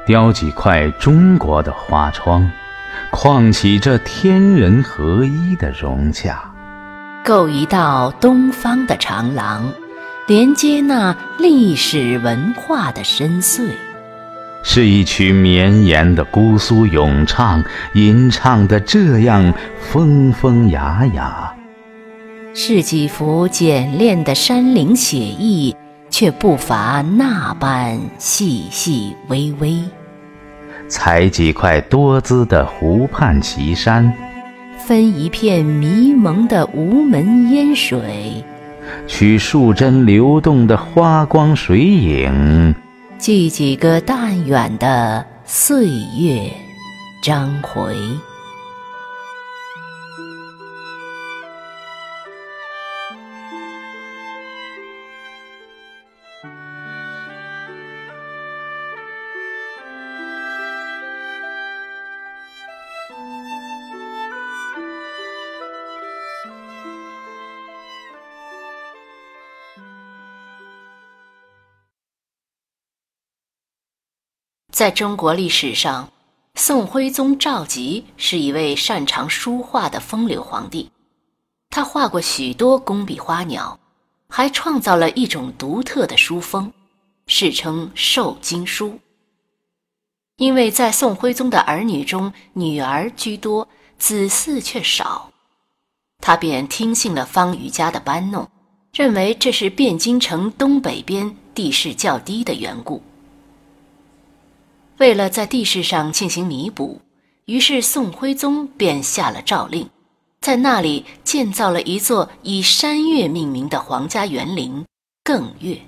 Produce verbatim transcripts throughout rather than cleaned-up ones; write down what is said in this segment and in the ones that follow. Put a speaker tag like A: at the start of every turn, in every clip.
A: 雕几块中国的花窗，框起这天人合一的融洽，
B: 构一道东方的长廊，连接那历史文化的深邃。
A: 是一曲绵延的姑苏咏唱，吟唱得这样风风雅雅。
B: 是几幅简练的山林写意，却不乏那般细细微微。
A: 采几块多姿的湖畔奇山，
B: 分一片迷蒙的无门烟水，
A: 取数帧流动的花光水影，
B: 记几个淡远的岁月章回。在中国历史上，宋徽宗赵佶是一位擅长书画的风流皇帝。他画过许多工笔花鸟，还创造了一种独特的书风，世称瘦金书。因为在宋徽宗的儿女中，女儿居多，子嗣却少，他便听信了方瑜家的搬弄，认为这是汴京城东北边地势较低的缘故。为了在地势上进行弥补，于是宋徽宗便下了诏令，在那里建造了一座以山岳命名的皇家园林艮岳。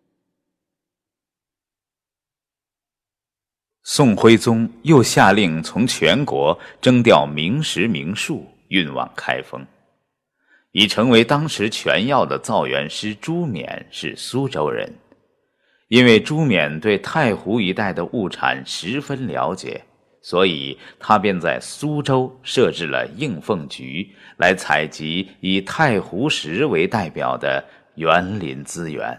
C: 宋徽宗又下令从全国征调名实名术，运往开封。已成为当时全要的造园师朱冕是苏州人。因为朱冕对太湖一带的物产十分了解，所以他便在苏州设置了应奉局，来采集以太湖石为代表的园林资源。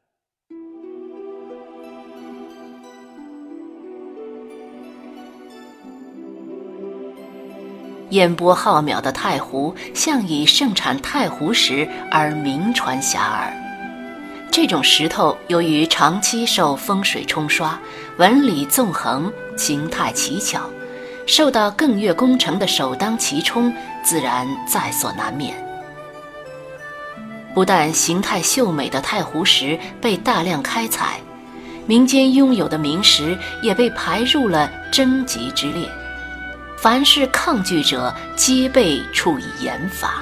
B: 烟波浩渺的太湖，向以盛产太湖石而名传遐迩。这种石头由于长期受风水冲刷，纹理纵横，形态奇巧，受到艮岳工程的首当其冲，自然在所难免。不但形态秀美的太湖石被大量开采，民间拥有的名石也被排入了征集之列，凡是抗拒者皆被处以严罚。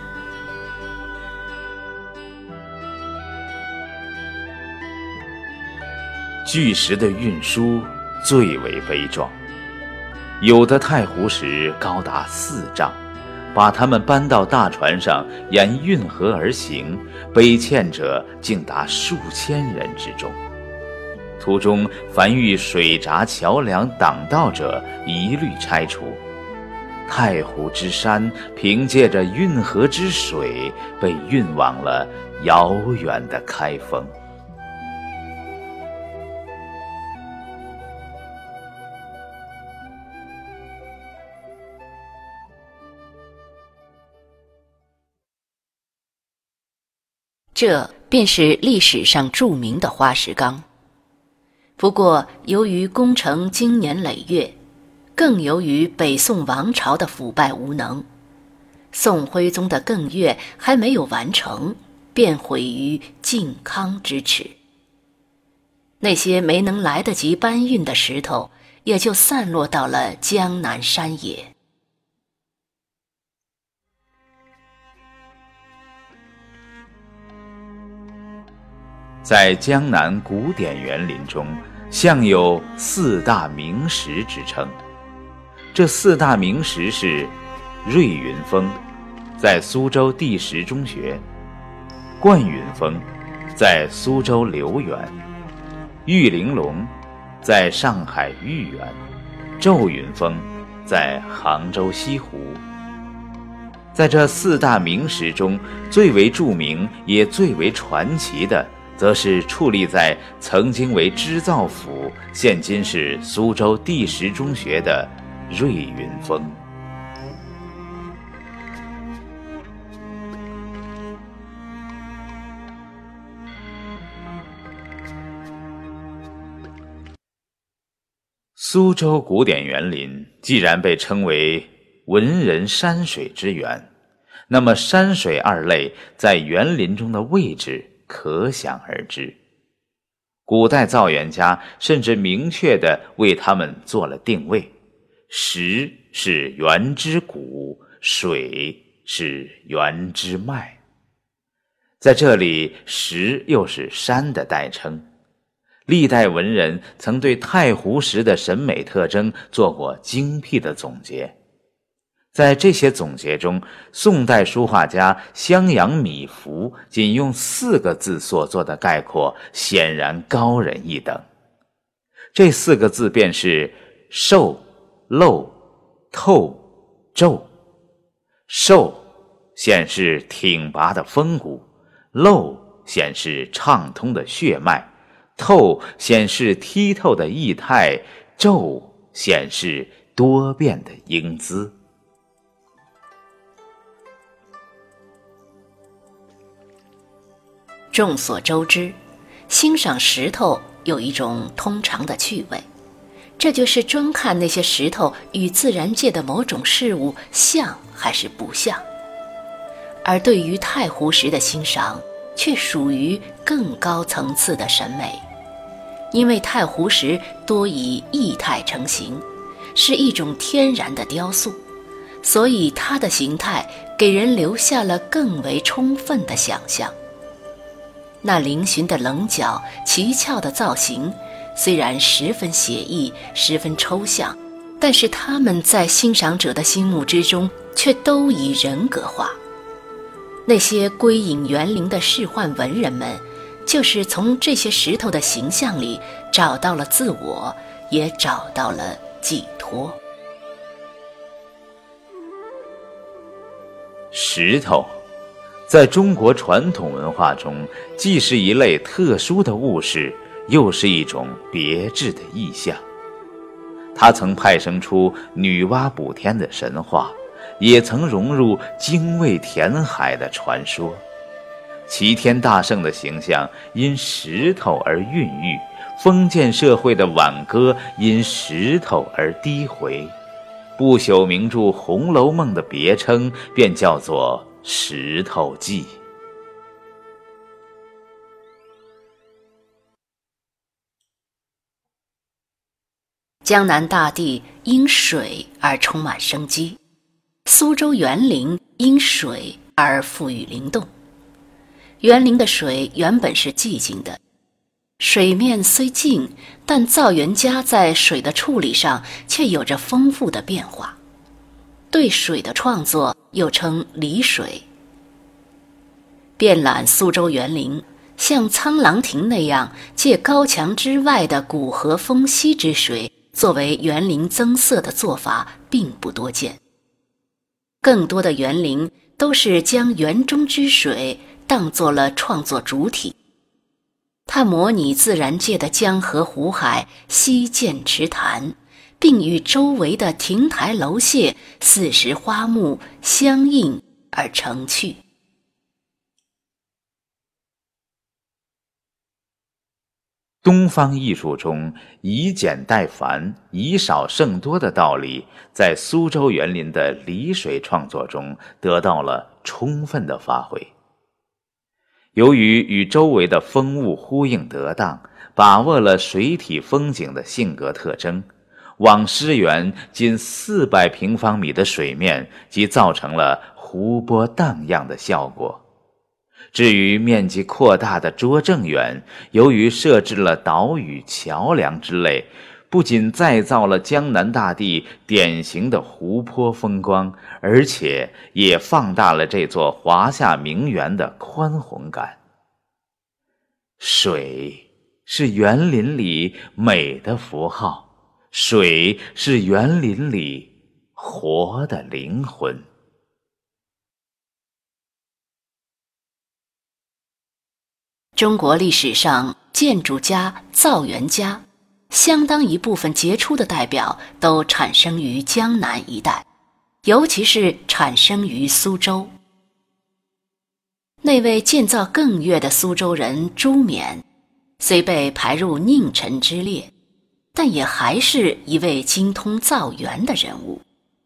C: 巨石的运输最为悲壮，有的太湖石高达四丈，把它们搬到大船上，沿运河而行，背欠者竟达数千人之众。途中凡遇水闸、桥梁挡道者，一律拆除。太湖之山凭借着运河之水，被运往了遥远的开封。
B: 这便是历史上著名的花石纲。不过由于工程经年累月，更由于北宋王朝的腐败无能，宋徽宗的艮岳还没有完成，便毁于靖康之耻。那些没能来得及搬运的石头，也就散落到了江南山野。
C: 在江南古典园林中，向有四大名石之称。这四大名石是瑞云峰，在苏州第十中学；冠云峰，在苏州留园；玉玲珑，在上海豫园；骤云峰，在杭州西湖。在这四大名石中，最为著名也最为传奇的， 则是矗立在曾经为织造府，现今是苏州第十中学的瑞云峰。苏州古典园林既然被称为文人山水之源，那么山水二类在园林中的位置可想而知。古代造园家甚至明确地为它们做了定位，石是园之骨，水是园之脉。在这里，石又是山的代称。历代文人曾对太湖石的审美特征做过精辟的总结。在这些总结中，宋代书画家襄阳米芾仅用四个字所做的概括显然高人一等。这四个字便是瘦、漏、透、皱。瘦显示挺拔的风骨，漏显示畅通的血脉，透显示剔透的意态，皱显示多变的英姿。
B: 众所周知，欣赏石头有一种通常的趣味，这就是专看那些石头与自然界的某种事物像还是不像。而对于太湖石的欣赏，却属于更高层次的审美。因为太湖石多以液态成形，是一种天然的雕塑，所以它的形态给人留下了更为充分的想象。那嶙峋的棱角、奇峭的造型，虽然十分写意、十分抽象，但是它们在欣赏者的心目之中却都已人格化。那些归隐园林的仕宦文人们，就是从这些石头的形象里找到了自我，也找到了寄托。
C: 石头在中国传统文化中，既是一类特殊的物事，又是一种别致的意象。它曾派生出女娲补天的神话，也曾融入精卫填海的传说。齐天大圣的形象因石头而孕育，封建社会的挽歌因石头而低回。不朽名著《红楼梦》的别称便叫做石头记。
B: 江南大地因水而充满生机，苏州园林因水而富予灵动。园林的水原本是寂静的，水面虽静，但造园家在水的处理上却有着丰富的变化。对水的创作又称理水。遍览苏州园林，像沧浪亭那样借高墙之外的古河风溪之水作为园林增色的做法并不多见。更多的园林都是将园中之水当作了创作主体，它模拟自然界的江河湖海、溪涧池潭，并与周围的亭台楼榭、四时花木相应而成趣。
C: 东方艺术中以简代繁、以少胜多的道理，在苏州园林的理水创作中得到了充分的发挥。由于与周围的风物呼应得当，把握了水体风景的性格特征，望师园仅四百平方米的水面即造成了湖波荡漾的效果。至于面积扩大的拙政园，由于设置了岛屿、桥梁之类，不仅再造了江南大地典型的湖泊风光，而且也放大了这座华夏名园的宽宏感。水是园林里美的符号，水是园林里活的灵魂。
B: 中国历史上建筑家、造园家相当一部分杰出的代表都产生于江南一带，尤其是产生于苏州。那位建造艮岳的苏州人朱冕，虽被排入佞臣之列，但也还是一位精通造园的人物。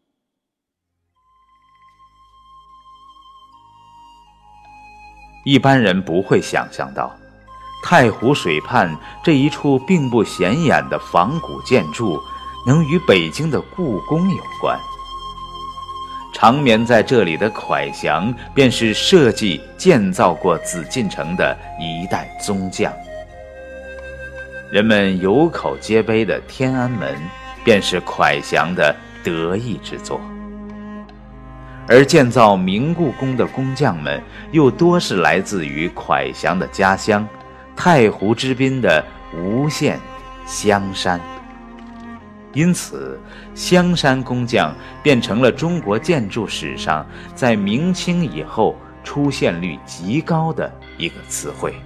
C: 一般人不会想象到，太湖水畔这一处并不显眼的仿古建筑，能与北京的故宫有关。长眠在这里的蒯祥，便是设计建造过紫禁城的一代宗匠。人们有口皆碑的天安门，便是蒯祥的得意之作。而建造明故宫的工匠们，又多是来自于蒯祥的家乡太湖之滨的吴县香山。因此，香山工匠变成了中国建筑史上在明清以后出现率极高的一个词汇。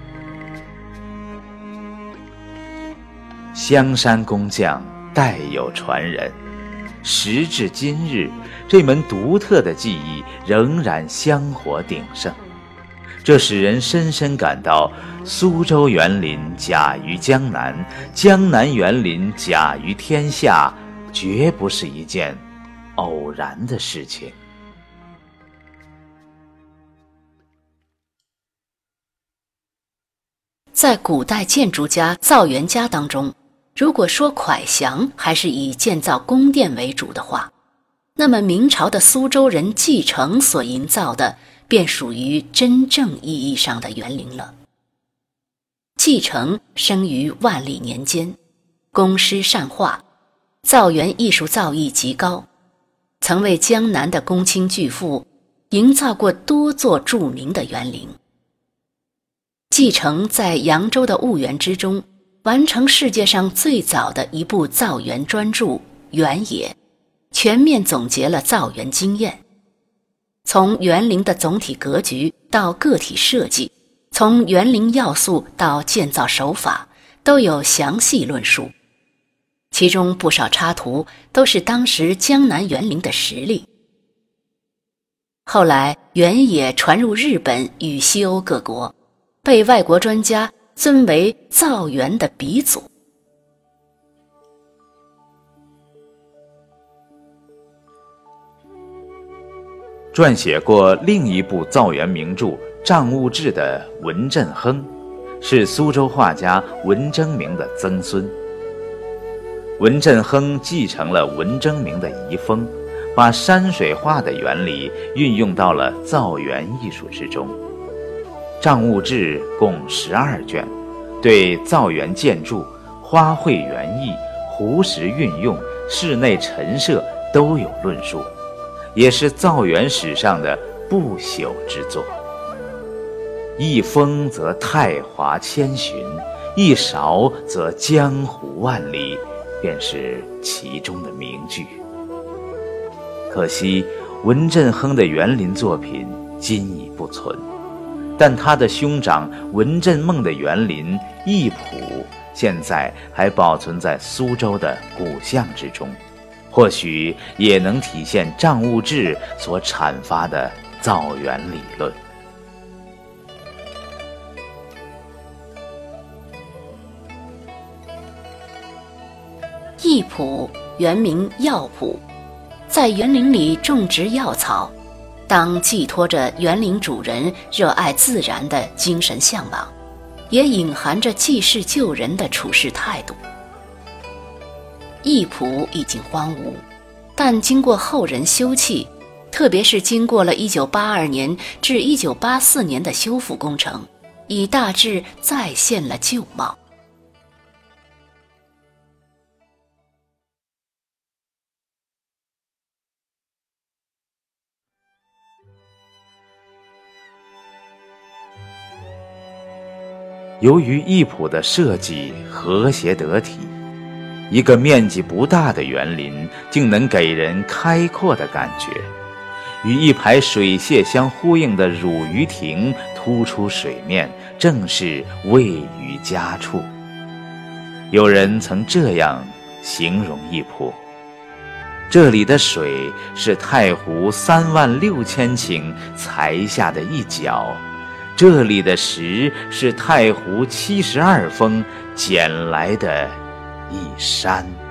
C: 香山工匠代有传人，时至今日，这门独特的技艺仍然香火鼎盛。这使人深深感到苏州园林甲于江南，江南园林甲于天下，绝不是一件偶然的事情。
B: 在古代建筑家、造园家当中，如果说蒯祥还是以建造宫殿为主的话，那么明朝的苏州人继承所营造的便属于真正意义上的园林了。继承生于万历年间，工诗善画，造园艺术造诣极高，曾为江南的公卿巨富营造过多座著名的园林。继承在扬州的婺源之中完成世界上最早的一部造园专著《园野》，全面总结了造园经验，从园林的总体格局到个体设计，从园林要素到建造手法，都有详细论述。其中不少插图都是当时江南园林的实例。后来园野传入日本与西欧各国，被外国专家尊为造园的鼻祖。
C: 撰写过另一部造园名著《账务志》的文振亨，是苏州画家文征明的曾孙。文振亨继承了文征明的遗风，把山水画的原理运用到了造园艺术之中。《账务志》共十二卷，对造园建筑、花卉园艺、湖石运用、室内陈设都有论述，也是造园史上的不朽之作。一风则太华千寻，一韶则江湖万里，便是其中的名句。可惜文振亨的园林作品今已不存，但他的兄长文振梦的园林义圃现在还保存在苏州的古巷之中，或许也能体现账务志所阐发的造园理论。
B: 义圃原名药圃，在园林里种植药草，当寄托着园林主人热爱自然的精神向往，也隐含着济世救人的处事态度。义圃已经荒芜，但经过后人修葺，特别是经过了一九八二年至一九八四年的修复工程，已大致再现了旧貌。
C: 由于义圃的设计和谐得体，一个面积不大的园林竟能给人开阔的感觉， 与一排水榭相呼应的汝鱼亭突出水面，正是位于佳处。有人曾这样形容一浦：这里的水是太湖三万六千顷才下的一角，这里的石是太湖七十二峰捡来的一山。